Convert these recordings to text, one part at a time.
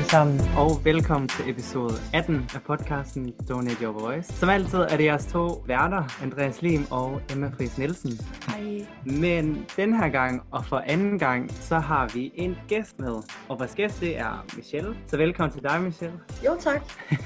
sammen, og velkommen til episode 18 af podcasten Donate Your Voice. Som altid er det jeres to værter, Andreas Lim og Emma Friis Nielsen. Hej. Men den her gang, og for anden gang, så har vi en gæst med. Og vores gæst, det er Michelle. Så velkommen til dig, Michelle. Jo, tak.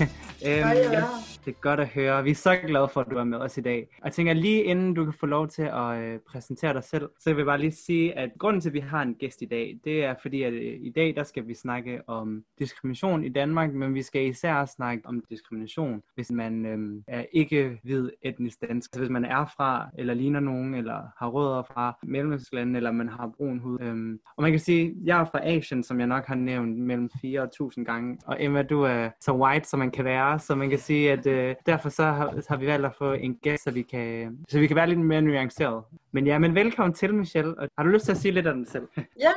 Det er godt at høre. Vi er så glade for, at du er med os i dag. Og jeg tænker, lige inden du kan få lov til at præsentere dig selv, så vil jeg bare lige sige, at grunden til, at vi har en gæst i dag, det er fordi, at i dag, der skal vi snakke om diskrimination i Danmark, men vi skal især snakke om diskrimination, hvis man er ikke hvid etnisk dansk. Altså, hvis man er fra, eller ligner nogen, eller har rødder fra Mellemøstlande, eller man har brun hud. Og man kan sige, at jeg er fra Asien, som jeg nok har nævnt mellem 4 og 1000 gange. Og Emma, du er så white, som man kan være. Så man kan sige, at derfor så har vi valgt at få en gæst, så vi kan være lidt mere nuanceret. Men velkommen til, Michelle. Og har du lyst til at sige lidt om dig selv?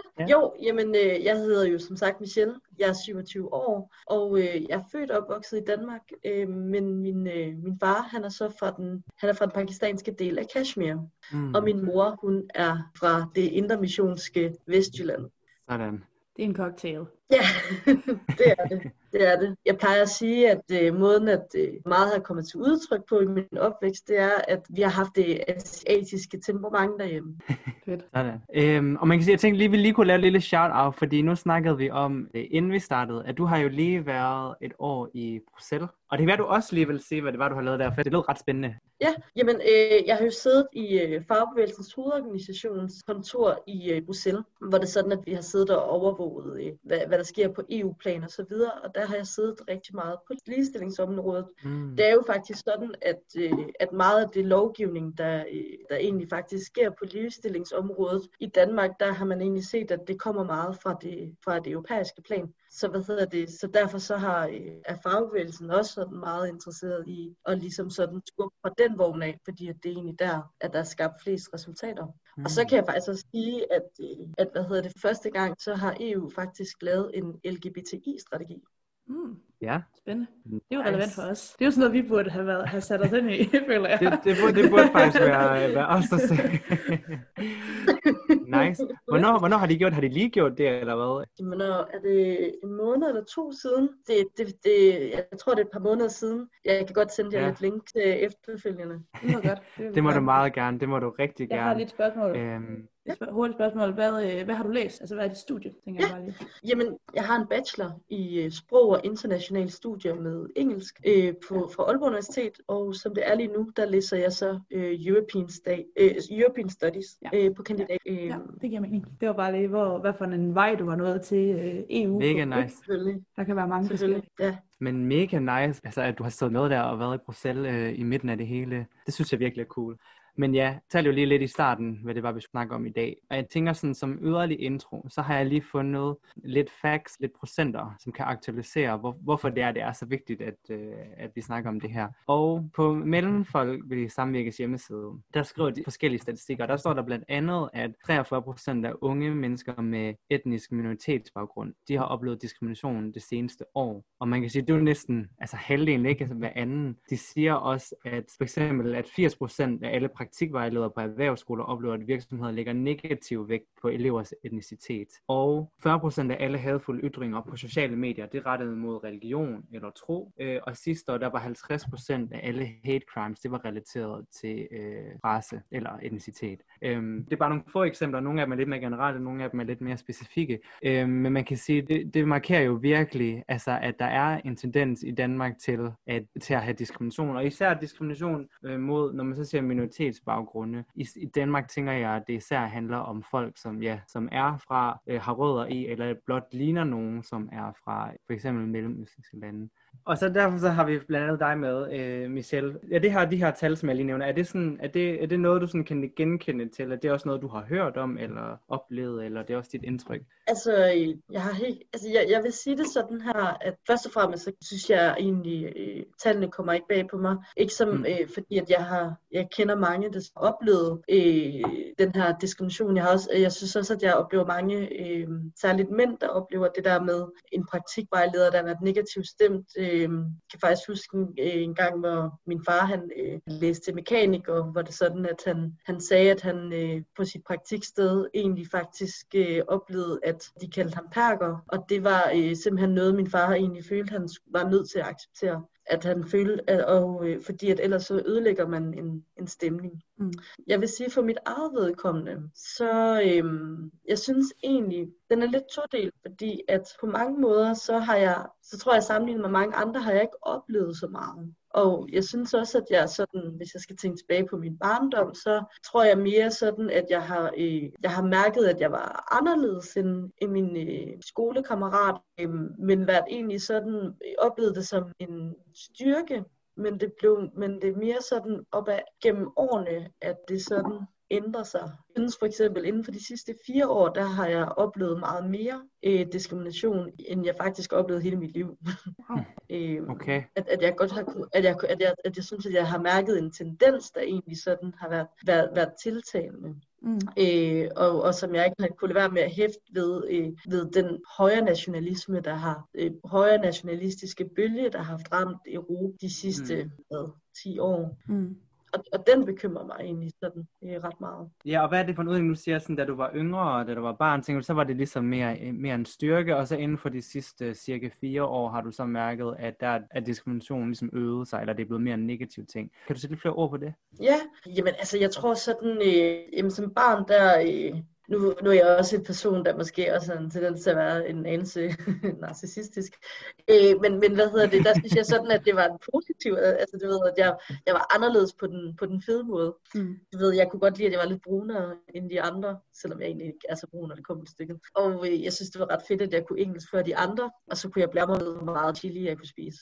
Jeg hedder jo som sagt Michelle. Jeg er 27 år, og jeg er født og opvokset i Danmark. Men min far, han er fra den pakistanske del af Kashmir. Og min mor, hun er fra det indremissionske Vestjylland. Sådan. Det er en cocktail. Ja, det er det. Jeg plejer at sige, at måden, at meget har kommet til udtryk på i min opvækst, det er, at vi har haft det asiatiske temperament derhjemme. Fedt. Sådan. Og man kan sige, at jeg tænkte, vi lige kunne lave et lille shout-out, fordi nu snakkede vi om, inden vi startede, at du har jo lige været et år i Bruxelles. Og det kan være, du også lige vil se, hvad det var, du har lavet der, for det lød ret spændende. Ja, jeg har jo siddet i Fagbevægelsens hovedorganisations kontor i Bruxelles, hvor det er sådan, at vi har siddet og overvåget, hvad der sker på EU-plan og så videre, og der har jeg siddet rigtig meget på ligestillingsområdet. Det er jo faktisk sådan, at meget af det lovgivning, der egentlig faktisk sker på ligestillingsområdet i Danmark, der har man egentlig set, at det kommer meget fra det europæiske plan. Så derfor så er fagbevægelsen også sådan meget interesseret i at ligesom sådan skubbe fra den vogn af, fordi at det er egentlig der, at der er skabt flest resultater. Og så kan jeg faktisk også sige, at første gang, så har EU faktisk lavet en LGBTI-strategi. Ja. Spændende. Det er jo relevant for os. Det er jo sådan noget, vi burde have sat os ind i, føler jeg. Det burde faktisk være os, der siger. Nice. Hvornår har de gjort? Har de lige gjort det, eller hvad? Jamen, er det en måned eller 2 siden? Jeg tror, det er et par måneder siden. Jeg kan godt sende jer et link til efterfølgende. Det må godt. Det må du meget gerne. Det må du rigtig gerne. Jeg har lidt spørgsmål. Hurtigt spørgsmål. Hvad har du læst? Altså, hvad er dit studie, tænker jeg bare lige? Jamen, jeg har en bachelor i sprog og internationale studier med engelsk fra Aalborg Universitet, og som det er lige nu, der læser jeg så European Studies på kandidat. Ja, det giver mening. Det var bare lige, hvad for en vej du var nået til EU. Mega nice. Der kan være mange forskellige. Ja. Men mega nice, altså at du har stået med der og været i Bruxelles i midten af det hele. Det synes jeg virkelig er cool. Men ja, talte jo lige lidt i starten, hvad det var, vi skulle snakke om i dag. Og jeg tænker sådan, som yderlig intro, så har jeg lige fundet lidt facts, lidt procenter, som kan aktualisere, hvorfor det er så vigtigt, at vi snakker om det her. Og på Mellemfolk ved Samvirkes hjemmeside, der skriver de forskellige statistikker. Der står der blandt andet, at 43% af unge mennesker med etnisk minoritetsbaggrund, de har oplevet diskrimination det seneste år. Og man kan sige, at det er jo næsten halvdelen, ikke? Altså hver anden. De siger også, at for eksempel, at 80% af alle praktikvejledere på erhvervsskoler oplever, at virksomheder lægger negativ vægt på elevers etnicitet. Og 40% af alle hadfulde ytringer på sociale medier, det er rettet mod religion eller tro. Og sidste år, der var 50% af alle hate crimes, det var relateret til race eller etnicitet. Det er bare nogle få eksempler. Nogle af dem er lidt mere generelle, nogle af dem er lidt mere specifikke. Men man kan sige, det markerer jo virkelig, altså, at der er en tendens i Danmark til at have diskrimination. Og især diskrimination mod, når man så siger minoritetsbaggrunde. I Danmark tænker jeg, at det især handler om folk, som er fra, har rødder i, eller blot ligner nogen, som er fra for eksempel mellemøstlige lande. Og så derfor så har vi blandt andet dig med, Michelle. Er de her tal, som jeg lige nævner, er det noget, du sådan kan genkende til? Er det også noget, du har hørt om, eller oplevet, eller det er også dit indtryk? Altså, jeg vil sige det sådan her, at først og fremmest, så synes jeg egentlig, tallene kommer ikke bag på mig. Ikke som, fordi at jeg kender mange, der har oplevet den her diskrimination. Jeg synes også, at jeg oplever mange, særligt mænd, der oplever det der med en praktikvejleder, der har været negativt stemt kan faktisk huske en gang, hvor min far han læste mekaniker, hvor det sådan, at han sagde, at han på sit praktiksted egentlig faktisk oplevede, at de kaldte ham perker, og det var simpelthen noget, min far egentlig følte, han var nødt til at acceptere. At han følte, fordi at ellers så ødelægger man en stemning. Mm. Jeg vil sige for mit eget vedkommende, så jeg synes egentlig, den er lidt todelt, fordi at på mange måder, så tror jeg sammenlignet med mange andre, har jeg ikke oplevet så meget. Og jeg synes også, at jeg sådan, hvis jeg skal tænke tilbage på min barndom, så tror jeg mere sådan, at jeg har mærket, at jeg var anderledes end min skolekammerat, men været egentlig sådan, oplevede det som en styrke, men det er mere sådan op ad gennem årene, at det sådan ændrer sig. Jeg synes for eksempel, inden for de sidste 4 år, der har jeg oplevet meget mere diskrimination, end jeg faktisk har oplevet hele mit liv. Okay. At jeg synes, at jeg har mærket en tendens, der egentlig sådan har været tiltalende. Mm. Og som jeg ikke har kunnet lade være med at hæfte ved den højre nationalisme, højre nationalistiske bølge, der har haft ramt Europa de sidste 10 år. Mm. Og den bekymrer mig egentlig sådan ret meget. Ja, og hvad er det for en udvikling, du siger, sådan, da du var yngre, og da du var barn, tænker du, så var det ligesom mere en styrke, og så inden for de sidste cirka 4 år har du så mærket, at diskriminationen ligesom øgede sig, eller det er blevet mere en negativ ting. Kan du sætte lidt flere ord på det? Ja, jamen altså jeg tror sådan, som barn der... Nu er jeg også en person, der måske også har en tendens til at være en anelse narcissistisk. Men hvad hedder det? Der synes jeg sådan, at det var en positiv, altså du ved, at jeg var anderledes på den fede måde. Mm. Du ved, jeg kunne godt lide, at jeg var lidt brunere end de andre, selvom jeg egentlig ikke er så brun, når det kom til stykket. Og jeg synes, det var ret fedt, at jeg kunne engelsk før de andre, og så kunne jeg blære mig med, hvor meget chili jeg kunne spise.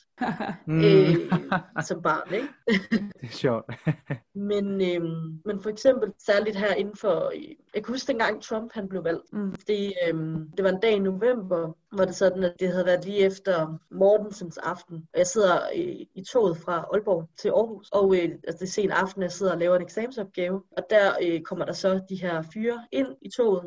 Som barn, ikke? Det er sjovt. Men for eksempel, særligt her inden for... Jeg kan huske dengang Trump han blev valgt. Det var en dag i november, hvor det sådan, at det havde været lige efter Mortensens aften. Og jeg sidder i toget fra Aalborg til Aarhus. Og det er sen aften, jeg sidder og laver en eksamensopgave. Og der kommer der så de her fyre ind i toget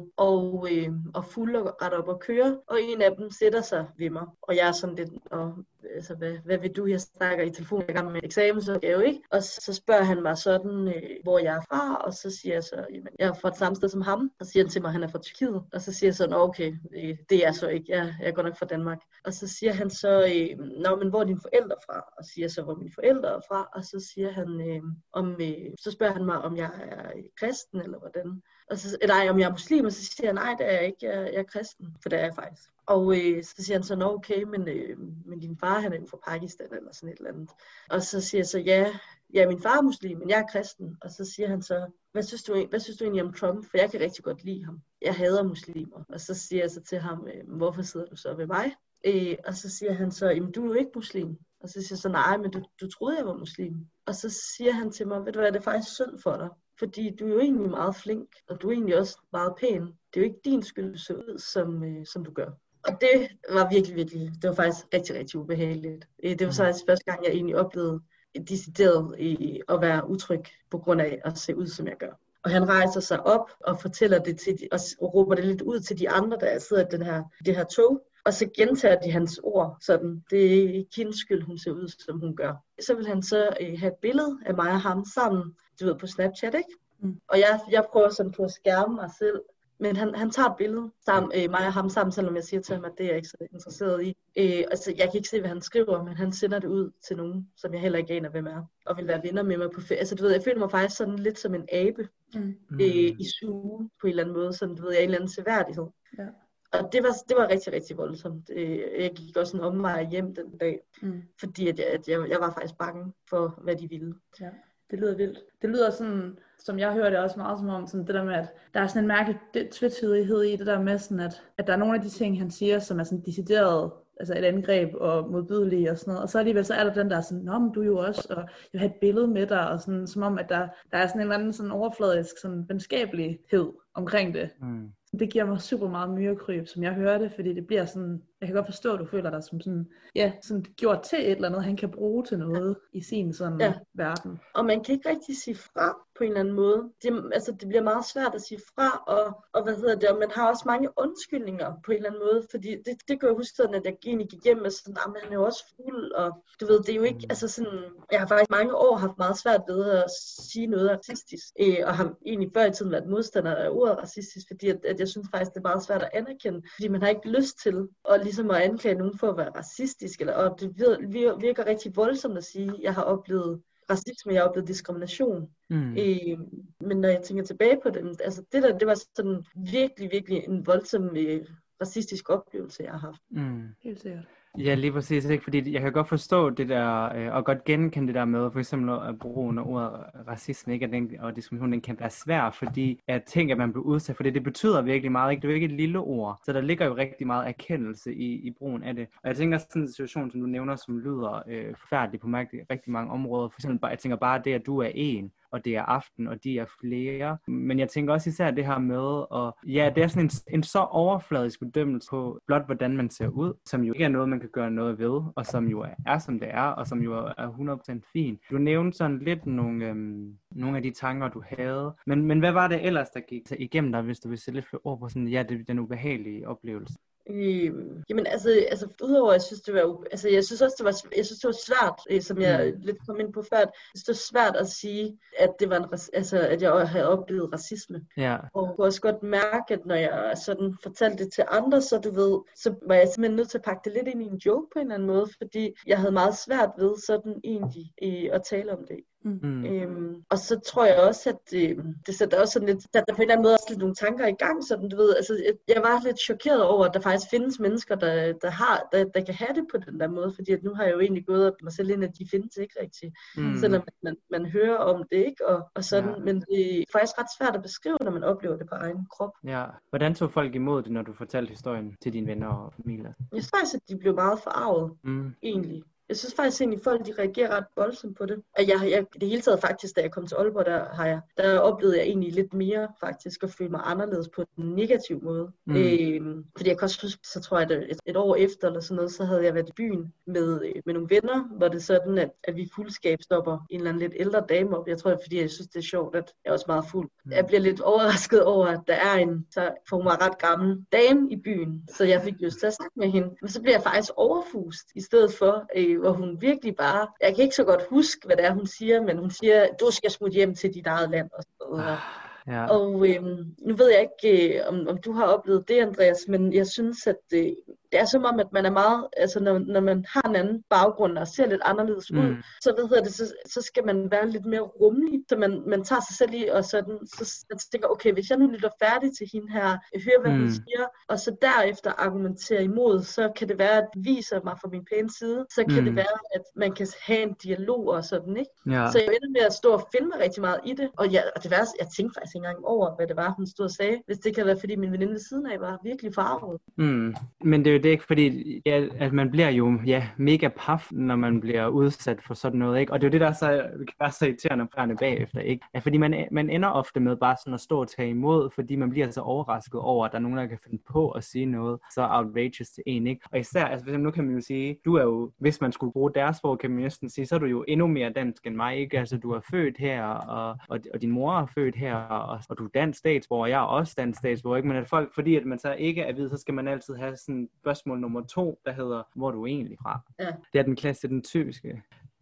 og fulde ret op og køre. Og en af dem sætter sig ved mig. Og jeg er sådan lidt... Altså, hvad vil du? Jeg snakker i telefonen, jeg er i gang med en eksamensopgave, ikke? Og så spørger han mig sådan, hvor jeg er fra, og så siger jeg så, jamen, jeg er fra det samme sted som ham. Og så siger han til mig, at han er fra Tyrkiet. Og så siger jeg så, okay, det er jeg så ikke, jeg er godt nok fra Danmark. Og så siger han så, men hvor er dine forældre fra? Og siger så, hvor mine forældre er fra. Og så siger han, så spørger han mig, om jeg er kristen, eller hvordan. Og så, om jeg er muslim, og så siger han, nej, det er jeg ikke, jeg er kristen, for det er jeg faktisk. Og så siger han så, okay, men din far, han er jo fra Pakistan, eller sådan et eller andet. Og så siger jeg så, ja, min far er muslim, men jeg er kristen. Og så siger han så, hvad synes du egentlig om Trump? For jeg kan rigtig godt lide ham. Jeg hader muslimer. Og så siger jeg så til ham, hvorfor sidder du så ved mig? Og så siger han så, jamen du er jo ikke muslim. Og så siger jeg så, nej, men du troede, jeg var muslim. Og så siger han til mig, ved du hvad, det er faktisk synd for dig. Fordi du er jo egentlig meget flink, og du er egentlig også meget pæn. Det er jo ikke din skyld, du ser ud, som du gør. Og det var virkelig, det var faktisk rigtig, rigtig ubehageligt. Det var så første gang, jeg egentlig oplevede decideret at være utryg på grund af at se ud, som jeg gør. Og han rejser sig op og fortæller det til og råber det lidt ud til de andre, der sidder i det her tog. Og så gentager de hans ord sådan, det er ikke hendes skyld, hun ser ud, som hun gør. Så vil han så have et billede af mig og ham sammen, du ved, på Snapchat, ikke? Mm. Og jeg prøver sådan på at skærme mig selv. Men han tager et billede sammen, mig og ham sammen, selvom jeg siger til ham, at det er jeg ikke så interesseret i. Altså, jeg kan ikke se, hvad han skriver, men han sender det ud til nogen, som jeg heller ikke aner, hvem er, og vil være venner med mig på altså, du ved, jeg føler mig faktisk sådan lidt som en abe i suge på en eller anden måde, sådan, du ved, jeg er en eller anden seværdighed. Ja. Og det var rigtig, rigtig voldsomt. Jeg gik også en omvej hjem den dag, fordi at jeg var faktisk bange for, hvad de ville. Ja. Det lyder vildt. Det lyder sådan, som jeg hører det også meget som om, sådan det der med, at der er sådan en mærkelig tvetydighed i det der med, sådan at der er nogle af de ting, han siger, som er sådan decideret, altså et angreb og modbydelige og sådan noget. Og så alligevel så er der den der sådan, nå, men du er jo også, og jeg vil have et billede med dig, og sådan, som om, at der er sådan en eller anden sådan overfladisk sådan venskabelighed omkring det. Det giver mig super meget myrekryb, som jeg hører det, fordi det bliver sådan, jeg kan godt forstå, at du føler dig som sådan, ja, sådan gjort til et eller andet, han kan bruge til noget i sin sådan verden. Og man kan ikke rigtig sige fra på en eller anden måde. Det bliver meget svært at sige fra, og og man har også mange undskyldninger på en eller anden måde, fordi det kan jeg huske sådan, at jeg egentlig gik hjem med sådan, men han er jo også fuld, og du ved, det er jo ikke, altså sådan, jeg har faktisk mange år haft meget svært ved at sige noget racistisk, og har egentlig før i tiden været modstander af ordet racistisk, fordi at jeg synes faktisk, det er meget svært at anerkende, fordi man har ikke lyst til at ligesom at anklage nogen for at være racistisk, og det virker rigtig voldsomt at sige, at jeg har oplevet racisme, jeg har oplevet diskrimination. Men når jeg tænker tilbage på det, altså det var sådan virkelig, virkelig en voldsom racistisk oplevelse, jeg har haft. Helt sikkert. Ja, lige præcis. Ikke? Fordi jeg kan godt forstå det der, og godt genkende det der med, for eksempel at bruge ordet racisme, ikke? Og diskrimination, den kan være svær, fordi jeg tænker, at man bliver udsat for det. Det betyder virkelig meget, ikke? Det er jo ikke et lille ord, så der ligger jo rigtig meget erkendelse i brugen af det. Og jeg tænker sådan en situation, som du nævner, som lyder forfærdelig på rigtig mange områder. For eksempel, jeg tænker bare det, at du er en, og det er aften, og de er flere. Men jeg tænker også især det her med, og ja, det er sådan en så overfladisk bedømmelse på blot, hvordan man ser ud, som jo ikke er noget, man kan gøre noget ved, og som jo er, som det er, og som jo er 100% fin. Du nævnte sådan lidt nogle af de tanker, du havde. Men hvad var det ellers, der gik igennem dig, hvis du vil sætte lidt for ord på sådan, ja, den ubehagelige oplevelse? Jamen altså udover jeg synes det var jeg synes det var svært, som jeg lidt kom ind på før. Jeg synes det var svært at sige, at det var at jeg havde oplevet racisme. Ja. Og jeg kunne også godt mærke, at når jeg sådan fortalte det til andre, så du ved, så var jeg simpelthen nødt til at pakke det lidt ind i en joke på en eller anden måde, fordi jeg havde meget svært ved sådan egentlig at tale om det. Og så tror jeg også, at det sætter også sådan lidt, der på en eller anden måde også lidt nogle tanker i gang, sådan du ved, altså jeg var lidt chokeret over, at der faktisk findes mennesker, der kan have det på den der måde, fordi at nu har jeg jo egentlig gået op mig selv ind, at de findes ikke rigtigt, selvom man hører om det, ikke, og sådan, men det er faktisk ret svært at beskrive, når man oplever det på egen krop. Ja, hvordan tog folk imod det, når du fortalte historien til dine venner og familie? Jeg synes faktisk, at de blev meget forarvet, egentlig. Jeg synes faktisk egentlig, at folk de reagerer ret voldsomt på det. Og jeg det hele taget faktisk, da jeg kom til Aalborg, der oplevede jeg egentlig lidt mere faktisk at føle mig anderledes på en negativ måde. Fordi jeg kan også huske, så tror jeg, at et år efter eller sådan noget, så havde jeg været i byen med nogle venner, hvor det sådan, at vi fuldskab stopper en eller anden lidt ældre dame op. Jeg tror, det er fordi, jeg synes, det er sjovt, at jeg er også meget fuld. Jeg bliver lidt overrasket over, at der er for hun var ret gammel dame i byen, så jeg fik lyst til at snakke med hende. Men så bliver jeg faktisk overfust, i stedet for hvor hun virkelig bare, jeg kan ikke så godt huske, hvad det er, hun siger, men hun siger, du skal smutte hjem til dit eget land, og sådan noget. Ja. Og nu ved jeg ikke, om du har oplevet det, Andreas, men jeg synes, at det er som om, at man er meget, altså når man har en anden baggrund og ser lidt anderledes ud, så skal man være lidt mere rummelig, så man tager sig selv i, og sådan, så man tænker, okay, hvis jeg nu lytter færdig til hende her, hører hvad hun siger, og så derefter argumenterer imod, så kan det være, at det viser mig fra min pæne side, så kan det være, at man kan have en dialog og sådan, ikke? Ja. Så jeg ender med at stå og filme rigtig meget i det, og det værste, jeg tænkte faktisk ikke engang over, hvad det var, hun stod og sagde, hvis det kan være, fordi min veninde ved siden af var virkelig forarvet. Men det er jo det ikke, fordi at man bliver jo mega paf, når man bliver udsat for sådan noget, ikke? Og det er jo det, der kan være så irriterende bagefter, ikke? Ja, fordi man ender ofte med bare sådan at stå og tage imod, fordi man bliver så overrasket over, at der er nogen, der kan finde på at sige noget så outrageous til en, ikke? Og især, altså for eksempel, nu kan man jo sige, du er jo, hvis man skulle bruge deres sprog, kan man næsten sige, så er du jo endnu mere dansk end mig, ikke? Altså du er født her, og din mor er født her, og du er dansk statsborger, og jeg er også dansk statsborger, ikke? Men at folk, fordi at man så ikke er ved, så skal man altid have sådan spørgsmål nummer 2, der hedder, hvor er du egentlig fra? Ja. Det er den klasse, den typiske.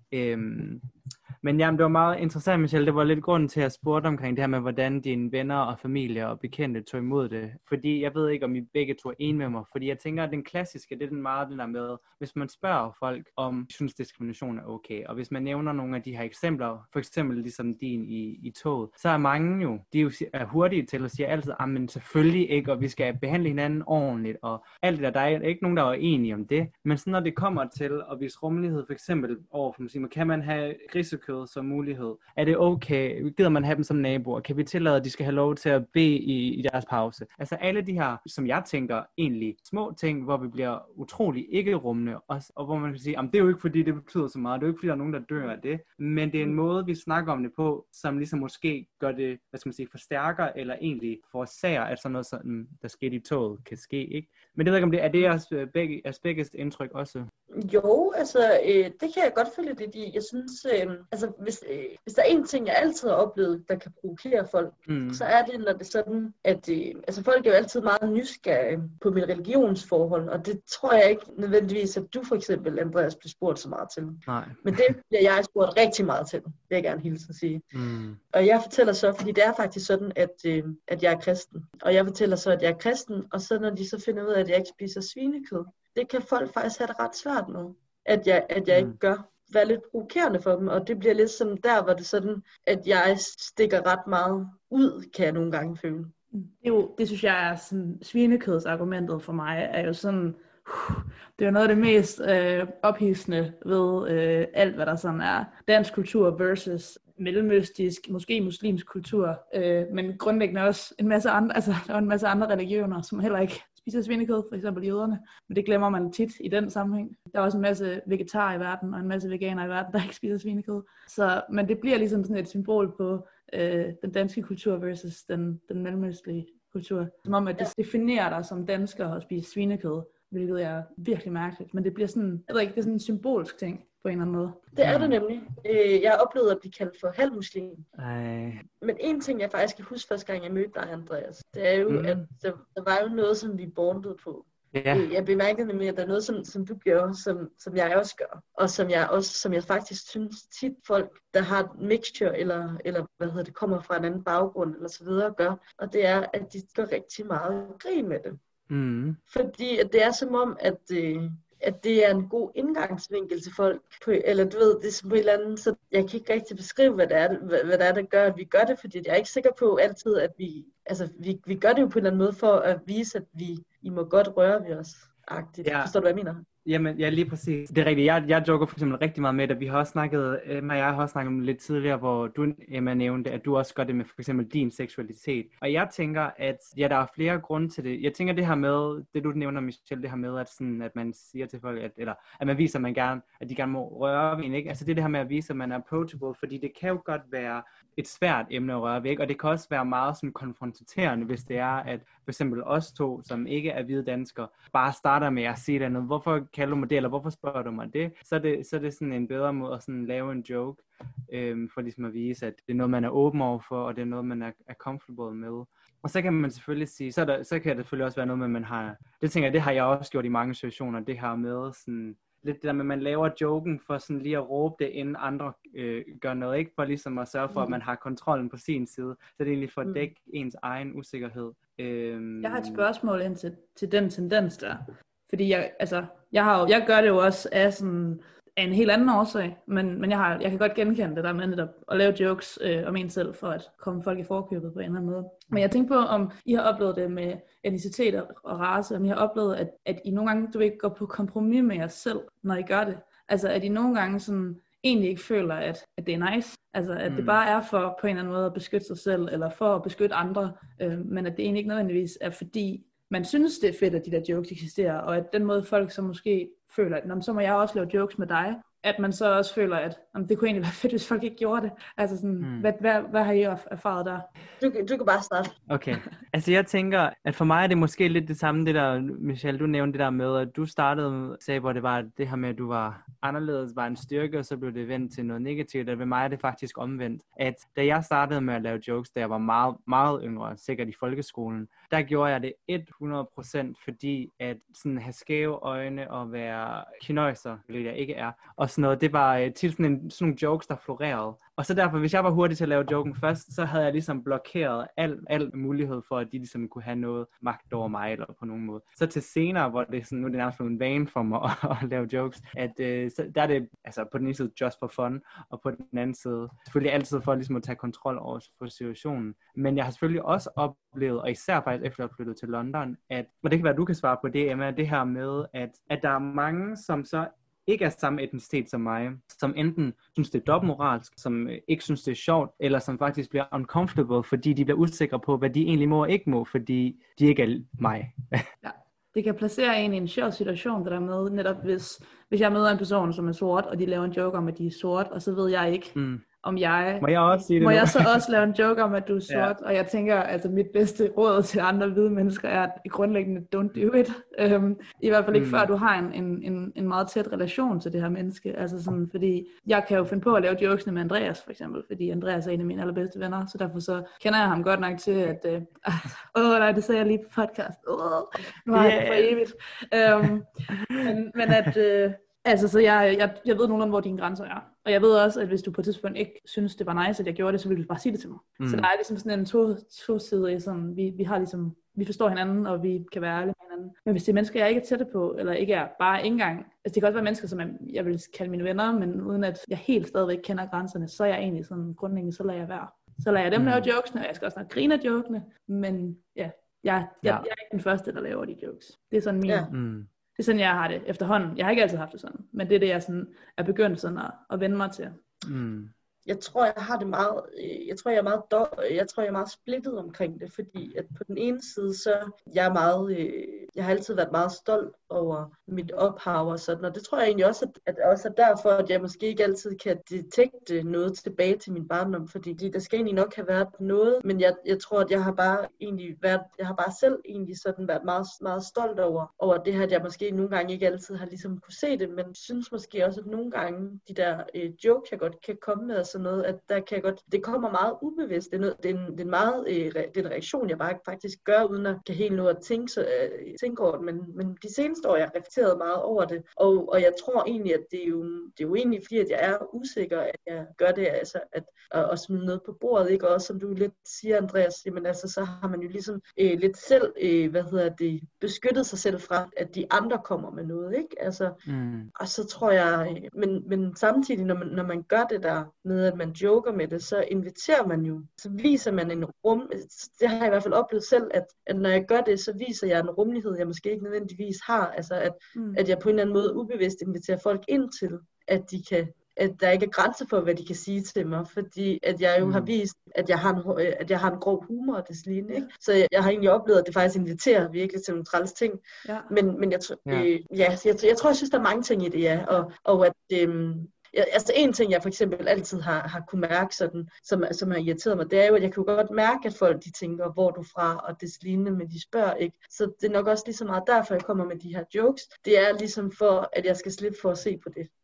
Men jamen, det var meget interessant, Michelle. Det var lidt grunden til at spørge omkring det her med, hvordan dine venner og familie og bekendte tog imod det. Fordi jeg ved ikke, om I begge to er enige med mig. Fordi jeg tænker, at den klassiske, det er den meget den der med, hvis man spørger folk, om de synes diskrimination er okay. Og hvis man nævner nogle af de her eksempler, for eksempel ligesom din i toget, så er mange jo, de er hurtige til at sige altid, men selvfølgelig ikke, og vi skal behandle hinanden ordentligt. Og alt det der er ikke nogen, der er enige om det. Men så når det kommer til at vise rummelighed, for eksempel overfor muslimer, kan man have grisekød kød som mulighed? Er det okay? Gider man have dem som naboer? Kan vi tillade, at de skal have lov til at bede i deres pause? Altså alle de her, som jeg tænker, egentlig små ting, hvor vi bliver utrolig ikke-rummende, og hvor man kan sige, det er jo ikke fordi, det betyder så meget. Det er jo ikke fordi, der er nogen, der dør af det. Men det er en måde, vi snakker om det på, som ligesom måske gør det, forstærker, eller egentlig forårsager, at sådan noget, sådan, der skete i toget, kan ske, ikke? Men det ved ikke, om det er jeres begges indtryk også? Jo, altså, det kan jeg godt følge lidt i. Jeg synes, hvis der er en ting, jeg altid har oplevet, der kan provokere folk, så er det, når det er sådan, at folk er jo altid meget nysgerrige på mit religionsforhold, og det tror jeg ikke nødvendigvis, at du for eksempel, Andreas, bliver spurgt så meget til. Nej. Men det bliver jeg spurgt rigtig meget til, vil jeg gerne hilse at sige. Og jeg fortæller så, fordi det er faktisk sådan, at jeg er kristen. Og jeg fortæller så, at jeg er kristen, og så når de så finder ud af, at jeg ikke spiser svinekød, det kan folk faktisk have det ret svært med, at jeg ikke gør. Være lidt provokerende for dem, og det bliver lidt som der, hvor det sådan, at jeg stikker ret meget ud, kan jeg nogle gange føle. Det synes jeg er sådan, svinekødsargumentet for mig, er jo sådan, det er jo noget af det mest ophidsende ved alt, hvad der sådan er dansk kultur versus mellemøstisk, måske muslimsk kultur, men grundlæggende også en masse andre, altså der er en masse andre religioner, som heller ikke spiser svinekød, for eksempel jøderne, men det glemmer man tit i den sammenhæng. Der er også en masse vegetarer i verden, og en masse veganere i verden, der ikke spiser svinekød. Men det bliver ligesom sådan et symbol på den danske kultur versus den mellemøstlige kultur. Som om, at det definerer dig som dansker at spise svinekød, hvilket er virkelig mærkeligt. Men det bliver sådan, jeg ved ikke, det er sådan en symbolsk ting på en eller anden måde. Det er det nemlig. Jeg har oplevet at blive kaldt for halvmuslim. Men en ting, jeg faktisk kan huske første gang, jeg mødte dig, Andreas, det er jo, at der var jo noget, som vi bondede på. Yeah. Jeg bemærkede nemlig, at der er noget, som du gjorde, som jeg også gør. Og som jeg faktisk synes tit folk, der har et mixture, eller kommer fra en anden baggrund, eller så videre, gør. Og det er, at de gør rigtig meget grin med det. Fordi at det er som om, at det er en god indgangsvinkel til folk, eller du ved, det er som på et eller andet, så jeg kan ikke rigtig beskrive, hvad det er, der gør, at vi gør det, fordi jeg er ikke sikker på altid, at vi gør det jo på en eller anden måde for at vise, at I må godt røre ved os, agtigt. Ja. Forstår du, hvad jeg mener? Jamen, ja, lige præcis. Det er rigtigt. Jeg joker for eksempel rigtig meget med det. Vi har også snakket, Emma og jeg har også snakket om lidt tidligere, hvor du, Emma, nævnte, at du også gør det med for eksempel din seksualitet. Og jeg tænker, at der er flere grunde til det. Jeg tænker det her med, det du nævner, Michelle, det her med, at man siger til folk, at man viser, at de gerne må røre ved en, ikke? Altså det her med at vise, at man er approachable, fordi det kan jo godt være et svært emne at røre ved, ikke? Og det kan også være meget sådan konfronterende, hvis det er, at for eksempel os to, som ikke er hvide danskere, bare starter med at sige noget. Hvorfor kalder du mig det, eller hvorfor spørger du mig det? Så er det sådan en bedre måde at sådan lave en joke, for ligesom at vise, at det er noget, man er åben over for, og det er noget, man er comfortable med. Og så kan man selvfølgelig sige, så kan det selvfølgelig også være noget med, man har, det tænker jeg, det har jeg også gjort i mange situationer, det her med sådan, lidt det der med, at man laver joken for sådan lige at råbe det, inden andre gør noget, ikke? For ligesom at sørge for, at man har kontrollen på sin side. Så det er egentlig for at dække ens egen usikkerhed. Jeg har et spørgsmål ind til den tendens der. Fordi jeg gør det jo også af en helt anden årsag, men jeg kan godt genkende det der med netop at lave jokes om en selv, for at komme folk i forkøbet på en eller anden måde. Men jeg tænker på, om I har oplevet det med etnicitet og race, om I har oplevet, at I nogle gange, går på kompromis med jer selv, når I gør det. Altså, at I nogle gange sådan egentlig ikke føler, at det er nice. Altså, at det bare er for på en eller anden måde at beskytte sig selv, eller for at beskytte andre, men at det egentlig ikke nødvendigvis er fordi, man synes, det er fedt, at de der jokes eksisterer, og at den måde folk så måske føler, at så må jeg også lave jokes med dig, at man så også føler, at det kunne egentlig være fedt, hvis folk ikke gjorde det. Altså sådan, hvad har I erfaret der? Du kan bare starte. Okay. Altså jeg tænker, at for mig er det måske lidt det samme, det der, Michelle, du nævnte det der med, at du startede, sagde, hvor det var det her med, at du var anderledes, var en styrke, og så blev det vendt til noget negativt, og ved mig er det faktisk omvendt. At da jeg startede med at lave jokes, da jeg var meget, meget yngre, sikkert i folkeskolen, der gjorde jeg det 100%, fordi at sådan have skæve øjne og være kinøjser, hvilket jeg ikke er, og sådan noget, det var til sådan nogle jokes, der florerede. Og så derfor, hvis jeg var hurtig til at lave joken først, så havde jeg ligesom blokeret al mulighed for, at de ligesom kunne have noget magt over mig, eller på nogen måde. Så til senere, hvor det sådan, nu er det nærmest en vane for mig at lave jokes, at så der er det altså på den ene side just for fun, og på den anden side selvfølgelig altid for ligesom at tage kontrol over situationen. Men jeg har selvfølgelig også oplevet, og især faktisk efter at jeg flyttede til London, at, og det kan være, at du kan svare på det, Emma, det her med, at der er mange, som så ikke er samme etnicitet som mig, som enten synes, det er dobbeltmoralsk, som ikke synes, det er sjovt, eller som faktisk bliver uncomfortable, fordi de bliver usikre på, hvad de egentlig må og ikke må, fordi de ikke er mig. Ja. Det kan placere en i en sjov situation, det der med, netop hvis jeg møder en person, som er sort, og de laver en joke om, at de er sort, og så ved jeg ikke, om jeg... Må jeg også sige det Må nu? jeg så også lave en joke om, at du er sort? Ja. Og jeg tænker, altså mit bedste råd til andre hvide mennesker er, at grundlæggende don't do it. I hvert fald ikke før du har en meget tæt relation til det her menneske. Altså sådan, fordi jeg kan jo finde på at lave jokesene med Andreas, for eksempel, fordi Andreas er en af mine allerbedste venner, så derfor så kender jeg ham godt nok til, at nej, det sagde jeg lige på podcast. Nu har jeg det for evigt. Men at... Altså, så jeg ved nogenlunde, hvor dine grænser er. Og jeg ved også, at hvis du på et tidspunkt ikke synes, det var nice, at jeg gjorde det, så ville du bare sige det til mig. Så der er ligesom sådan en tosidig, sådan, vi har ligesom, vi forstår hinanden, og vi kan være ærlige med hinanden. Men hvis det er mennesker, jeg ikke er tætte på, eller ikke er bare ikke engang, altså det kan også være mennesker, som jeg vil kalde mine venner, men uden at jeg helt stadigvæk kender grænserne, så er jeg egentlig sådan grundlæggende, så lader jeg være. Så lader jeg dem lave jokesene, og jeg skal også nok grine af jokesene, men ja, jeg er ikke den første, der laver de jokes. Det er sådan min... Ja. Det er sådan, jeg har det efterhånden. Jeg har ikke altid haft det sådan, men det er det, jeg sådan er begyndt sådan at vende mig til. Jeg tror, jeg har det meget, jeg tror, jeg er meget splittet omkring det, fordi at på den ene side, så jeg har altid været meget stolt over mit ophav og sådan, og det tror jeg egentlig også, at også er derfor, at jeg måske ikke altid kan detekte noget tilbage til min barndom, fordi der skal egentlig nok have været noget, men jeg tror, at jeg har bare selv egentlig sådan været meget, meget stolt over det her, at jeg måske nogle gange ikke altid har ligesom kunne se det, men synes måske også, at nogle gange de der jokes, jeg godt kan komme med, sådan noget, at der kan godt, det kommer meget ubevidst, det er en reaktion, jeg bare faktisk gør, uden at kan helt nå at tænke over det, men de seneste år, jeg har reflekteret meget over det, og jeg tror egentlig, at det er jo egentlig, fordi at jeg er usikker, at jeg gør det, altså at smide noget på bordet, ikke, og også som du lidt siger, Andreas, jamen altså, så har man jo ligesom lidt selv, beskyttet sig selv fra, at de andre kommer med noget, ikke, altså, og så tror jeg, men samtidig, når man gør det der, med at man joker med det, så inviterer man jo, så viser man en det har jeg i hvert fald oplevet selv, at når jeg gør det, så viser jeg en rummelighed, jeg måske ikke nødvendigvis har, altså at jeg på en eller anden måde ubevidst inviterer folk ind til, at der ikke er grænser for, hvad de kan sige til mig, fordi at jeg jo har vist, at jeg har en grov humor og det lignende, ikke? Så jeg har egentlig oplevet, at det faktisk inviterer virkelig til nogle træls ting. Ja. Men jeg tror, jeg synes, der er mange ting i det, ja, og at altså en ting, jeg for eksempel altid har kunne mærke, sådan, som har irriteret mig, det er jo, at jeg kunne godt mærke, at folk de tænker, hvor du fra, og det lignende, men de spørger ikke. Så det er nok også lige så meget derfor, jeg kommer med de her jokes. Det er ligesom for, at jeg skal slippe for at se på det.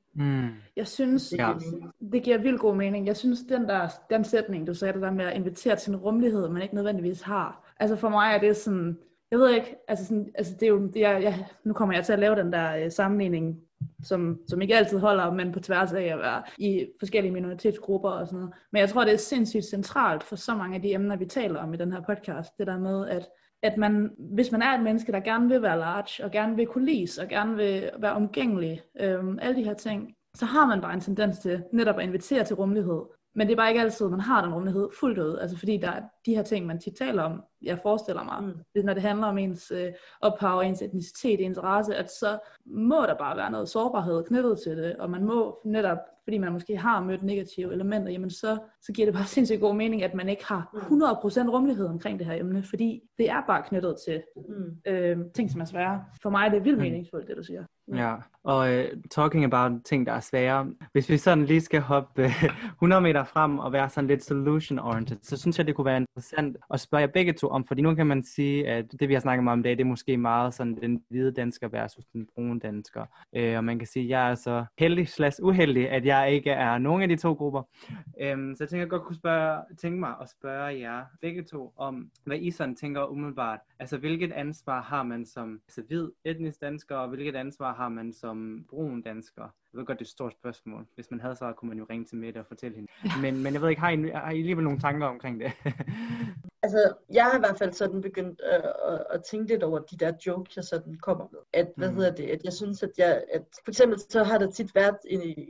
Jeg synes, det giver vildt god mening. Jeg synes, den sætning, du sagde, det der med at invitere til en rummelighed, man ikke nødvendigvis har. Altså for mig er det sådan, jeg ved ikke, altså det er jo, nu kommer jeg til at lave den der sammenligning, som ikke altid holder, men på tværs af at være i forskellige minoritetsgrupper og sådan noget. Men jeg tror, det er sindssygt centralt for så mange af de emner, vi taler om i den her podcast. Det der med, at man, hvis man er et menneske, der gerne vil være large, og gerne vil kunne lide, og gerne vil være omgængelig, alle de her ting, så har man bare en tendens til netop at invitere til rummelighed. Men det er bare ikke altid, man har den rummelighed fuldt ud. Altså fordi der er de her ting, man tit taler om, jeg forestiller mig, når det handler om ens ophav, ens etnicitet, ens race, at så må der bare være noget sårbarhed knyttet til det, og man må netop, fordi man måske har mødt negative elementer, jamen så giver det bare sindssygt god mening, at man ikke har 100% rummelighed omkring det her emne, fordi det er bare knyttet til ting, som er svære. For mig er det vildt meningsfuldt, det du siger. Ja, og talking about ting, der er svære. Hvis vi sådan lige skal hoppe 100 meter frem og være sådan lidt solution-oriented, så synes jeg, det kunne være interessant at spørge jer begge to om, fordi nu kan man sige, at det vi har snakket om i dag, det er måske meget sådan den hvide dansker versus den brune dansker. Og man kan sige, at jeg er så heldig/uheldig, at jeg ikke er nogen af de to grupper. Så jeg tænker, jeg godt kunne tænke mig at spørge jer begge to om, hvad I sådan tænker umiddelbart. Altså, hvilket ansvar har man som hvid etnisk dansker, og hvilket ansvar har man som brun dansker? Jeg ved godt, det er et stort spørgsmål. Hvis man havde svaret, kunne man jo ringe til Mette og fortælle hende. Men jeg ved ikke, har I alligevel nogle tanker omkring det? Altså, jeg har i hvert fald sådan begyndt at tænke lidt over de der jokes, jeg sådan kommer med. At jeg synes, at for eksempel så har der tit været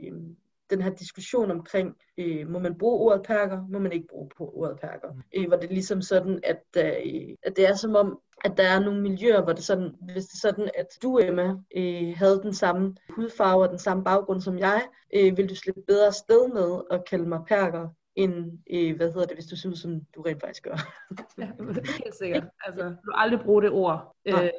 den her diskussion omkring, må man bruge ordet perker, må man ikke bruge ordet perker. Hvor det er ligesom sådan, at det er som om, at der er nogle miljøer, hvor det sådan, hvis det er sådan, at du, Emma, havde den samme hudfarve og den samme baggrund som jeg, vil du slippe bedre afsted med at kalde mig perker, end, hvis du ser ud, som du rent faktisk gør. Ja, helt sikkert. Altså, du vil aldrig bruge det ord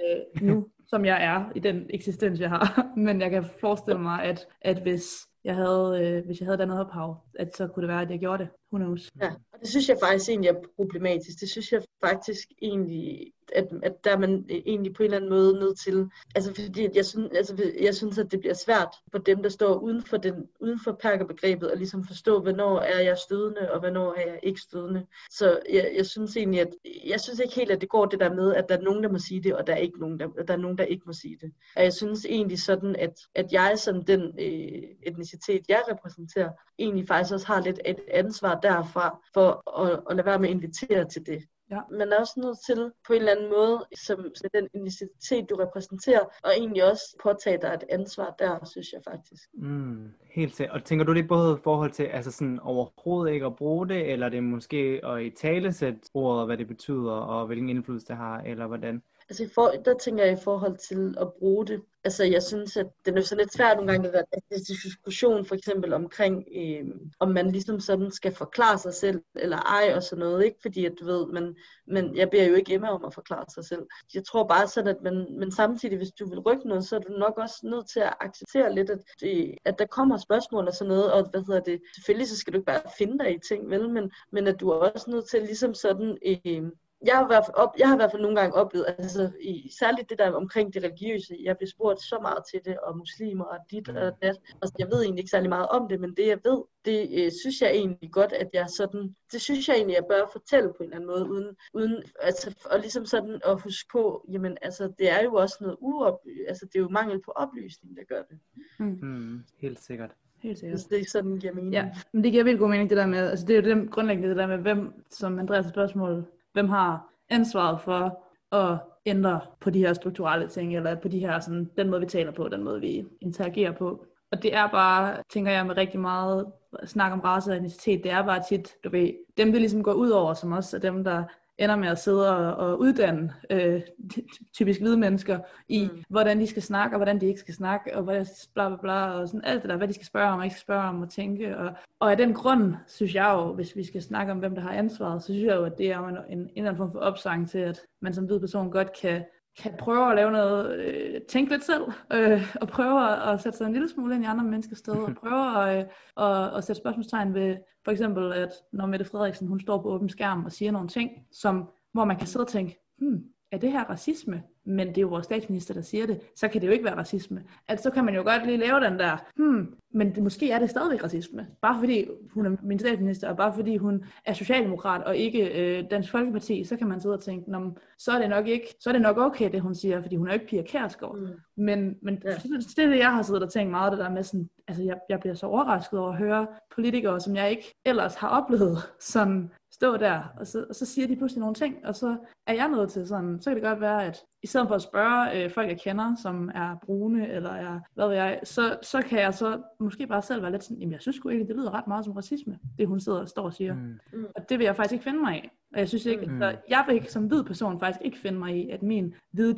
nu, som jeg er i den eksistens, jeg har. Men jeg kan forestille mig, at hvis jeg havde et andet ophav, at så kunne det være, at jeg gjorde det. Who knows? Ja, og det synes jeg faktisk egentlig er problematisk. Det synes jeg faktisk egentlig, at der er man egentlig på en eller anden måde nødt til. Altså fordi jeg synes, at det bliver svært for dem, der står uden for perkerbegrebet, at ligesom forstå, hvornår er jeg stødende, og hvornår er jeg ikke stødende. Så jeg synes egentlig, jeg synes ikke helt, at det går det der med, at der er nogen, der må sige det, og der er nogen, der ikke må sige det. Og jeg synes egentlig sådan, at jeg som den etnicitet, jeg repræsenterer, egentlig faktisk også har lidt et ansvar derfra, for at lade være med at invitere til det. Ja. Man er også nødt til på en eller anden måde, som den etnicitet, du repræsenterer, og egentlig også påtage dig et ansvar der, synes jeg faktisk. Helt sikkert. Og tænker du det både i forhold til altså sådan overhovedet ikke at bruge det, eller det er måske at italesætte ordet, hvad det betyder, og hvilken indflydelse det har, eller hvordan? Altså der tænker jeg i forhold til at bruge det. Altså jeg synes, at det er så lidt svært nogle gange, at diskussion for eksempel omkring, om man ligesom sådan skal forklare sig selv, eller ej og sådan noget, ikke? Fordi at du ved, men jeg beder jo ikke Emma om at forklare sig selv. Jeg tror bare sådan, at men samtidig, hvis du vil rykke noget, så er du nok også nødt til at acceptere lidt, at der kommer spørgsmål og sådan noget, og selvfølgelig så skal du ikke bare finde dig i ting, vel, men at du er også nødt til ligesom sådan, jeg har i hvert fald nogle gange oplevet, altså særligt det der omkring det religiøse, jeg bliver spurgt så meget til det, og muslimer og dit og dat. Altså, jeg ved egentlig ikke særlig meget om det, men det jeg ved, det synes jeg egentlig godt, at jeg sådan, det synes jeg egentlig, jeg bør fortælle på en eller anden måde, uden altså, og ligesom sådan at huske på, jamen altså, det er jo også noget altså det er jo mangel på oplysning, der gør det. Helt sikkert. Helt sikkert. Hvis det sådan giver mening. Ja, men det giver vildt god mening, det der med, altså det er jo det grundlæggende, det der med, hvem, som Andreas' spørgsmål, hvem har ansvaret for at ændre på de her strukturelle ting, eller på de her, sådan, den måde vi taler på, den måde vi interagerer på. Og det er bare, tænker jeg med rigtig meget snak om race og etnicitet, det er bare tit, du ved, dem det ligesom går ud over, som også er dem, der ender med at sidde og uddanne typisk hvide mennesker i, hvordan de skal snakke, og hvordan de ikke skal snakke, og hvad bla bla bla, og sådan alt det der, hvad de skal spørge om, og ikke skal spørge om, og tænke. Og af den grund, synes jeg jo, hvis vi skal snakke om, hvem der har ansvaret, så synes jeg jo, at det er en eller anden form for opsang til, at man som hvid person godt kan prøve at lave noget, tænke lidt selv, og prøve at sætte sig en lille smule ind i andre menneskers sted, og prøve at sætte spørgsmålstegn ved, for eksempel, at når Mette Frederiksen, hun står på åben skærm og siger nogle ting, hvor man kan sidde og tænke, er det her racisme? Men det er jo vores statsminister, der siger det, så kan det jo ikke være racisme. Altså, så kan man jo godt lige lave den der, men måske er det stadigvæk racisme. Bare fordi hun er min statsminister, og bare fordi hun er socialdemokrat, og ikke Dansk Folkeparti, så kan man sidde og tænke, så er det nok okay, det hun siger, fordi hun er jo ikke Pia Kjærsgaard. Men det er det, jeg har siddet og tænkt meget, det der med sådan, altså jeg bliver så overrasket over at høre politikere, som jeg ikke ellers har oplevet, sådan stå der, og så siger de pludselig nogle ting, og så er jeg nødt til sådan, så kan det godt være, at i stedet for at spørge folk, jeg kender, som er brune, eller er, hvad ved jeg, så kan jeg så måske bare selv være lidt sådan, jamen jeg synes sgu ikke, det lyder ret meget som racisme, det hun står og siger. Og det vil jeg faktisk ikke finde mig i. Og jeg synes ikke, jeg vil ikke som hvid person faktisk ikke finde mig i, at min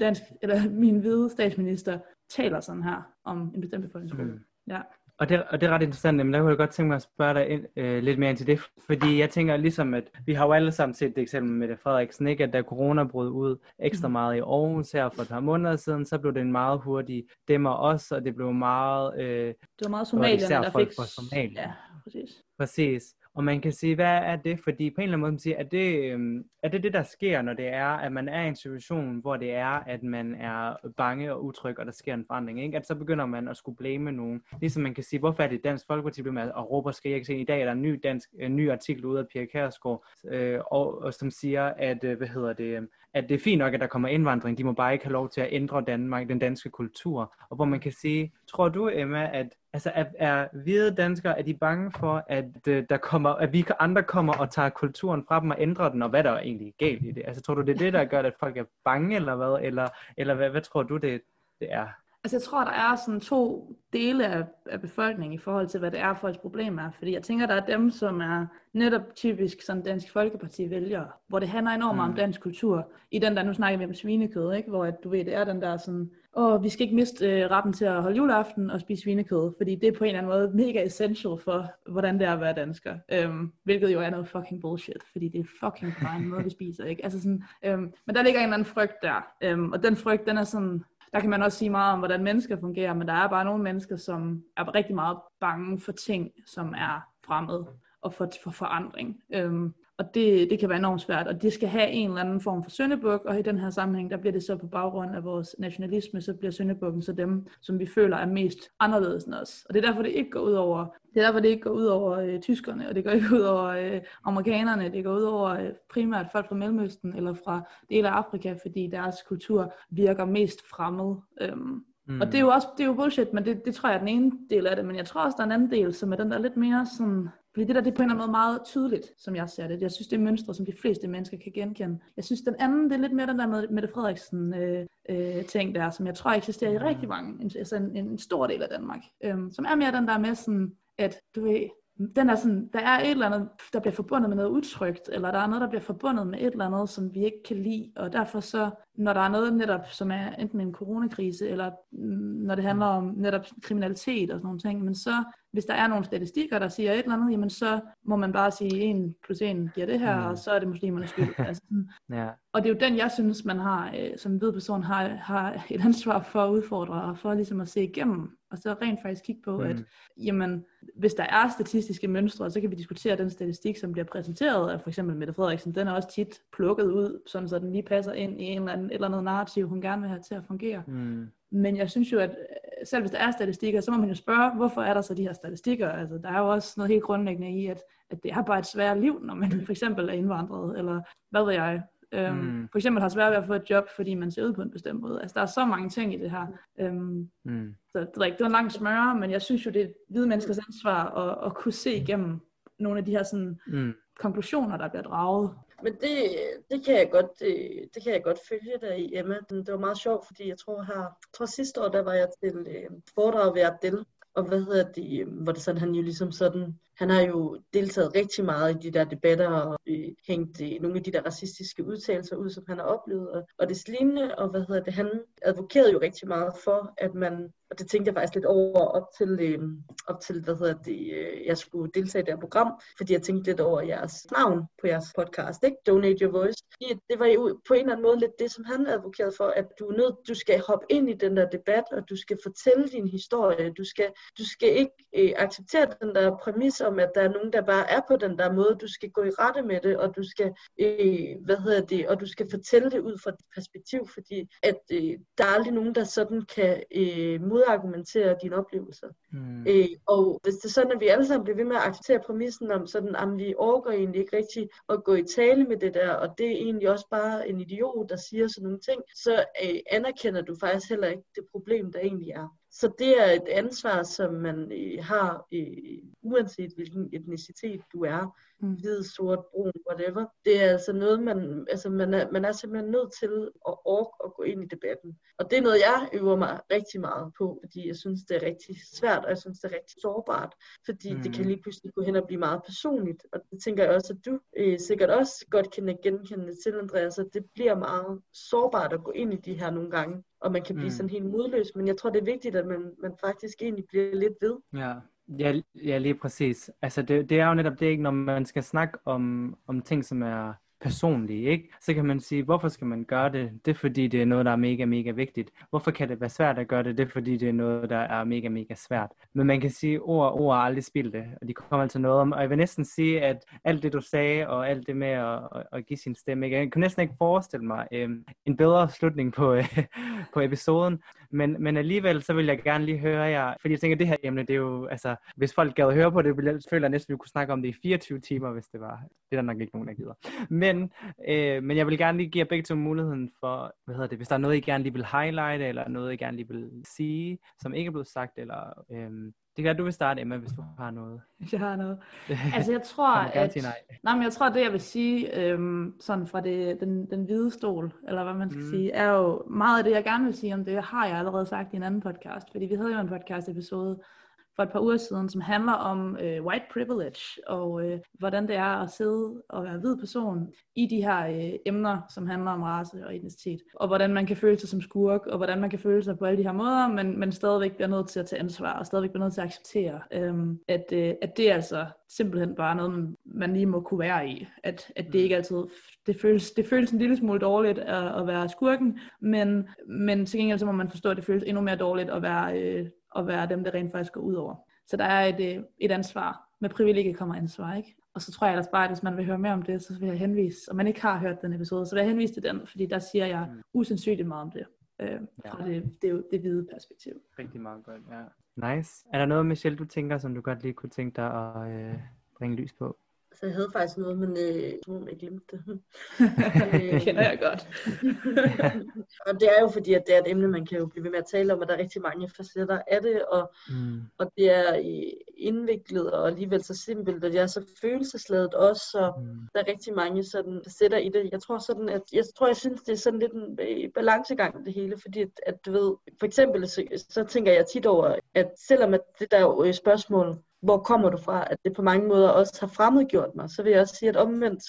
hvide statsminister taler sådan her om en bestemt befolkningsgruppe. Ja. Og det er ret interessant, men der kunne jeg godt tænke mig at spørge dig lidt mere ind til det, fordi jeg tænker ligesom, at vi har jo alle sammen set det eksempel med Mette Frederiksen, ikke? At da corona brød ud ekstra meget i Aarhus her for et par måneder siden, så blev det en meget hurtig dæmmer også, og det blev meget... det var meget somalierne, der folk fik... fra Somalia. Ja, præcis. Præcis. Og man kan sige, hvad er det? Fordi på en eller anden måde, man siger, er det, der sker, når det er, at man er i en situation, hvor det er, at man er bange og utryg, og der sker en forandring, ikke? At så begynder man at skulle blame nogen. Ligesom man kan sige, hvorfor er det Dansk Folkeparti bliver med at råbe og skrige? Jeg kan se, i dag er der en ny artikel ude af Pia Kjærsgaard, og som siger, at, at det er fint nok, at der kommer indvandring, de må bare ikke have lov til at ændre Danmark, den danske kultur. Og hvor man kan sige, tror du, Emma, at altså er hvide danskere, er de bange for, at vi andre kommer og tager kulturen fra dem og ændrer den, og hvad der er egentlig galt i det? Altså tror du, det er det, der gør, at folk er bange, eller hvad? Eller hvad tror du, det er? Altså jeg tror, der er sådan to dele af befolkningen i forhold til, hvad det er, folks problem er. Fordi jeg tænker, der er dem, som er netop typisk sådan Dansk Folkeparti-vælgere, hvor det handler enormt meget om dansk kultur. I den der, nu snakker vi om svinekød, ikke? Hvor at, du ved, det er den der sådan, vi skal ikke miste retten til at holde juleaften og spise svinekød, fordi det er på en eller anden måde mega essential for, hvordan det er at være dansker. Hvilket jo er noget fucking bullshit, fordi det er fucking bare en måde, vi spiser, ikke? Altså sådan, men der ligger en eller anden frygt der, og den frygt, den er sådan, der kan man også sige meget om, hvordan mennesker fungerer, men der er bare nogle mennesker, som er rigtig meget bange for ting, som er fremmed og for forandring. Og det kan være enormt svært, og det skal have en eller anden form for syndebuk, og i den her sammenhæng, der bliver det så på baggrund af vores nationalisme, så bliver syndebukken så dem, som vi føler er mest anderledes end os. Og det er derfor, det ikke går ud over, tyskerne, og det går ikke ud over amerikanerne, det går ud over primært folk fra Mellemøsten eller fra dele af Afrika, fordi deres kultur virker mest fremmed. Og det er jo bullshit, men det tror jeg er den ene del af det, men jeg tror også, der er en anden del, som er den der lidt mere sådan, fordi det der, det er på en eller anden måde meget tydeligt, som jeg ser det. Jeg synes, det er mønstre, som de fleste mennesker kan genkende. Jeg synes, den anden, det er lidt mere den der med Mette Frederiksen ting der, som jeg tror eksisterer i rigtig mange, altså en stor del af Danmark, som er mere den der med sådan, at du ved, den er sådan, der er et eller andet, der bliver forbundet med noget utrygt, eller der er noget, der bliver forbundet med et eller andet, som vi ikke kan lide, og derfor så, når der er noget netop, som er enten en coronakrise, eller når det handler om netop kriminalitet og sådan nogle ting, men så, hvis der er nogle statistikker, der siger et eller andet, jamen så må man bare sige, 1 + 1 giver det her, og så er det muslimernes skyld. Altså sådan. Ja. Og det er jo den, jeg synes, man har, som hvid person, har et ansvar for at udfordre, og for ligesom at se igennem, og så rent faktisk kigge på, at jamen, hvis der er statistiske mønstre, så kan vi diskutere den statistik, som bliver præsenteret af for eksempel Mette Frederiksen. Den er også tit plukket ud, sådan så den lige passer ind i et eller andet narrativ, hun gerne vil have til at fungere. Men jeg synes jo, at selv hvis der er statistikker, så må man jo spørge, hvorfor er der så de her statistikker? Altså, der er jo også noget helt grundlæggende i, at det er bare et svært liv, når man for eksempel er indvandret, eller hvad ved jeg. For eksempel har svært ved at få et job, fordi man ser ud på en bestemt måde. Altså, der er så mange ting i det her. Så det var en lang smøre, men jeg synes jo, det er hvide menneskers ansvar at kunne se igennem nogle af de her sådan, konklusioner, der bliver draget. Men det kan jeg godt følge dig i, Emma. Det var meget sjovt, fordi jeg tror sidste år, der var jeg til foredrag ved Abdel, og hvor det sådan, han jo ligesom sådan, han har jo deltaget rigtig meget i de der debatter og hængt nogle af de der racistiske udtalelser ud, som han har oplevet, og det lignende, og han advokerede jo rigtig meget for, at man, og det tænkte jeg faktisk lidt over op til jeg skulle deltage i det her program, fordi jeg tænkte lidt over jeres navn på jeres podcast, ikke? Donate Your Voice. Det var jo på en eller anden måde lidt det, som han advokerede for, at du skal hoppe ind i den der debat, og du skal fortælle din historie. Du skal ikke acceptere den der præmis om, at der er nogen, der bare er på den der måde. Du skal gå i rette med det, og du skal, og du skal fortælle det ud fra dit perspektiv, fordi at der er aldrig nogen, der sådan kan modargumentere dine oplevelser. Og hvis det er sådan, at vi alle sammen bliver ved med at acceptere præmissen om sådan, at vi overgår egentlig ikke rigtig at gå i tale med det der, og det er egentlig også bare en idiot, der siger sådan nogle ting, så anerkender du faktisk heller ikke det problem, der egentlig er. Så det er et ansvar, som man har, uanset hvilken etnicitet du er, hvid, sort, brun, whatever. Det er altså noget, man er simpelthen nødt til at orke at gå ind i debatten. Og det er noget, jeg øver mig rigtig meget på, fordi jeg synes, det er rigtig svært, og jeg synes, det er rigtig sårbart, fordi det kan lige pludselig gå hen og blive meget personligt. Og det tænker jeg også, at du sikkert også godt kan genkende til, Andreas, at det bliver meget sårbart at gå ind i de her nogle gange, og man kan blive sådan helt modløs, men jeg tror, det er vigtigt, at man faktisk egentlig bliver lidt ved. Ja, lige præcis. Altså det er jo netop det, ikke, når man skal snakke om ting, som er personlige, ikke? Så kan man sige, hvorfor skal man gøre det? Det er fordi, det er noget, der er mega, mega vigtigt. Hvorfor kan det være svært at gøre det? Det er fordi, det er noget, der er mega, mega svært. Men man kan sige, ord er aldrig spildte, og de kommer altså noget om. Og jeg vil næsten sige, at alt det, du sagde, og alt det med at give sin stemme, ikke? Jeg kan næsten ikke forestille mig en bedre slutning på episoden. Men alligevel, så vil jeg gerne lige høre jer, fordi jeg tænker, det her emne, det er jo, altså, hvis folk gad at høre på det, føler jeg næsten, at vi kunne snakke om det i 24 timer, hvis det var. Det er der nok ikke nogen, der gider. Men jeg vil gerne lige give jer begge to muligheden for, hvis der er noget, I gerne lige vil highlighte, eller noget, I gerne lige vil sige, som ikke er blevet sagt, eller Det kan du vil starte, Emma, hvis du har noget. Jeg har noget. Altså jeg tror, jeg tror det jeg vil sige, sådan fra den hvide stol, eller hvad man skal sige, er jo meget af det jeg gerne vil sige om det, har jeg allerede sagt i en anden podcast, fordi vi havde jo en podcast episode for et par uger siden, som handler om white privilege, og hvordan det er at sidde og være hvid person i de her emner, som handler om race og etnicitet, og hvordan man kan føle sig som skurk, og hvordan man kan føle sig på alle de her måder, men stadigvæk bliver nødt til at tage ansvar, og stadigvæk bliver nødt til at acceptere, at det er altså simpelthen bare noget, man lige må kunne være i, at det ikke altid, det føles en lille smule dårligt at være skurken, men til gengæld så må man forstå, at det føles endnu mere dårligt at være dem, der rent faktisk går ud over. Så der er et ansvar. Med privilegiet kommer ansvar, ikke? Og så tror jeg ellers bare, at hvis man vil høre mere om det, så vil jeg henvise, og man ikke har hørt den episode, så vil jeg henvise til den, fordi der siger jeg usandsynligt meget om det. Fra det hvide perspektiv. Rigtig meget godt, ja. Nice. Er der noget, Michelle, du tænker, som du godt lige kunne tænke dig at bringe lys på? Så jeg havde faktisk noget, men jeg glemte det. Det kender jeg godt. Og det er jo fordi, at det er et emne, man kan jo blive ved med at tale om, og der er rigtig mange facetter af det, og det er indviklet og alligevel så simpelt, og det er så følelsesladet også, og der er rigtig mange sådan facetter i det. Jeg synes, det er sådan lidt en balancegang det hele, fordi at du ved, for eksempel så tænker jeg tit over, at selvom at det der jo spørgsmål, hvor kommer du fra, at det på mange måder også har fremmedgjort mig, så vil jeg også sige, at omvendt,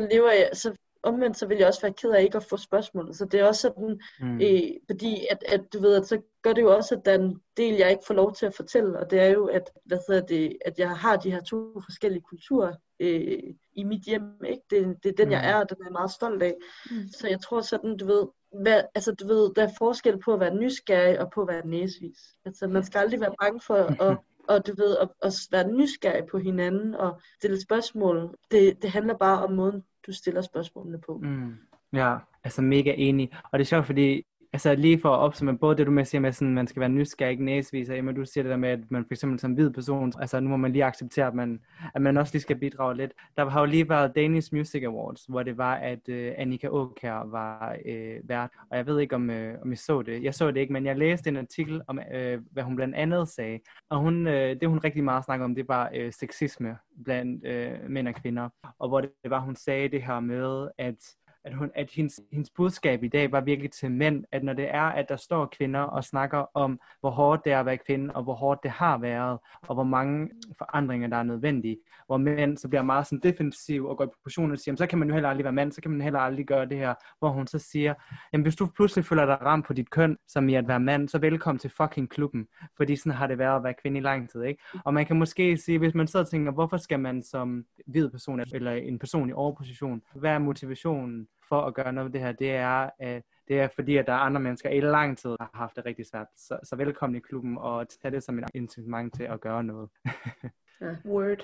så vil jeg også være ked af ikke at få spørgsmålet. Så det er også sådan, fordi at du ved, at så gør det jo også, at der er en del, jeg ikke får lov til at fortælle, og det er jo, at jeg har de her 2 forskellige kulturer i mit hjem, ikke? Det er den, jeg er, og den er jeg meget stolt af. Så jeg tror sådan, du ved, der er forskel på at være nysgerrig og på at være næsvis. Altså, man skal aldrig være bange for at du ved, at være nysgerrig på hinanden og stille spørgsmål. Det handler bare om måden, du stiller spørgsmålene på. Ja, altså mega enig. Og det er sjovt, fordi altså lige for at opsummere både det, du med siger med sådan, man skal være nysgerrig, ikke næsvis, og du siger det der med, at man for eksempel som hvid person, altså nu må man lige acceptere, at man også lige skal bidrage lidt. Der har jo lige været Danish Music Awards, hvor det var, at Annika Aakjær var vært, og jeg ved ikke, om I så det. Jeg så det ikke, men jeg læste en artikel om, hvad hun blandt andet sagde, og det hun rigtig meget snakker om, det var sexisme blandt mænd og kvinder, og hvor det var, hun sagde det her med, at hendes budskab i dag var virkelig til mænd, at når det er, at der står kvinder og snakker om, hvor hårdt det er at være kvinde, og hvor hårdt det har været, og hvor mange forandringer, der er nødvendige, hvor mænd så bliver meget sådan defensiv og går i proportion og siger, så kan man jo heller aldrig være mand, så kan man heller aldrig gøre det her, hvor hun så siger, jamen hvis du pludselig føler dig ramt på dit køn, som i at være mand, så velkommen til fucking klubben, fordi sådan har det været at være kvinde i lang tid, ikke? Og man kan måske sige, hvis man så tænker, hvorfor skal man som hvid person, eller en person i overposition, hvad er motivationen for at gøre noget af det her? Det er fordi, at der er andre mennesker i lang tid har haft det rigtig svært. Så velkommen i klubben, og tag det som et incitament til at gøre noget. Word.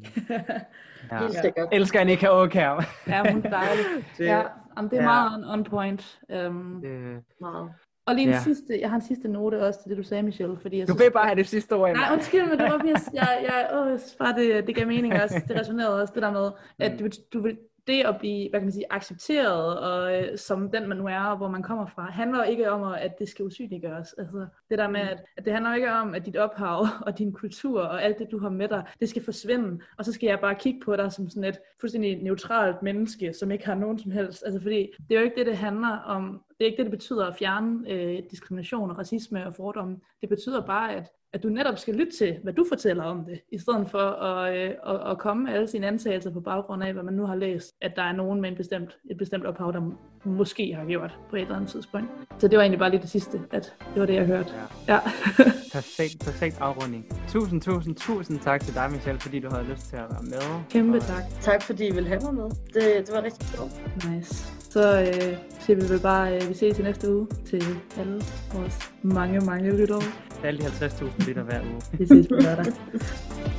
Ja. Elsker Annika Aakjær. Ja, hun er dejlig. Det er meget on point. Meget. Og lige jeg har en sidste note også til det, du sagde, Michelle. Fordi du vil bare have det sidste ord. Nej, undskyld, men det var bare det gav mening også. Det resonerede også, det der med, at du vil det at blive, hvad kan man sige, accepteret og som den man nu er, og hvor man kommer fra, handler ikke om, at det skal usynliggøres. Altså det der med, at det handler ikke om, at dit ophav og din kultur og alt det, du har med dig, det skal forsvinde, og så skal jeg bare kigge på dig som sådan et fuldstændig neutralt menneske, som ikke har nogen som helst. Altså fordi det er jo ikke det handler om. Det er ikke det betyder at fjerne diskrimination og racisme og fordomme. Det betyder bare, at du netop skal lytte til, hvad du fortæller om det, i stedet for at komme med alle sine antagelser på baggrund af, hvad man nu har læst, at der er nogen med et bestemt ophav, der måske har gjort på et eller andet tidspunkt. Så det var egentlig bare lige det sidste, at det var det, jeg hørte. Ja. Perfekt afrunding. Tusind tak til dig, Michelle, fordi du havde lyst til at være med. Kæmpe tak. Tak fordi I ville have mig med. Det var rigtig godt. Nice. Så siger vi vel bare, vi ses i næste uge til alle vores mange lyttere. Alle de 50.000 lytter hver uge. Vi ses på lørdag.